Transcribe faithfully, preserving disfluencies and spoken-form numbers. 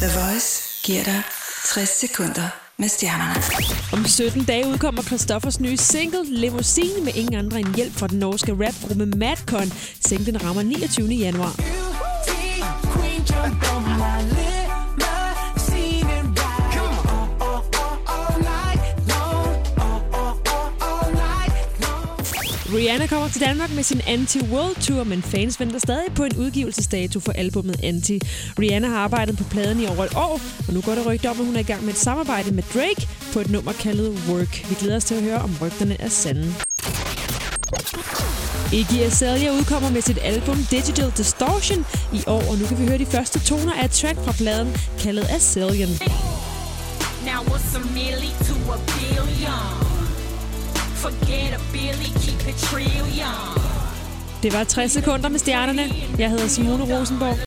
The Voice giver dig tres sekunder med stjernerne. Om sytten dage udkommer Christoffers nye single Limousine med ingen andre end hjælp fra den norske rapgruppe Madcon. Singlen rammer niogtyvende januar. Rihanna kommer til Danmark med sin Anti-World Tour, men fans venter stadig på en udgivelsesdato for albumet Anti. Rihanna har arbejdet på pladen i over et år, og nu går der rygter om, at hun er i gang med et samarbejde med Drake på et nummer kaldet Work. Vi glæder os til at høre, om rygterne er sande. Iggy Azalea udkommer med sit album Digital Distortion i år, og nu kan vi høre de første toner af et track fra pladen kaldet Azalean. Now what's a milli to a billion? Forget a Billy, keep it trillion. Det var tres sekunder med stjernerne. Jeg hedder Simone Rosenborg.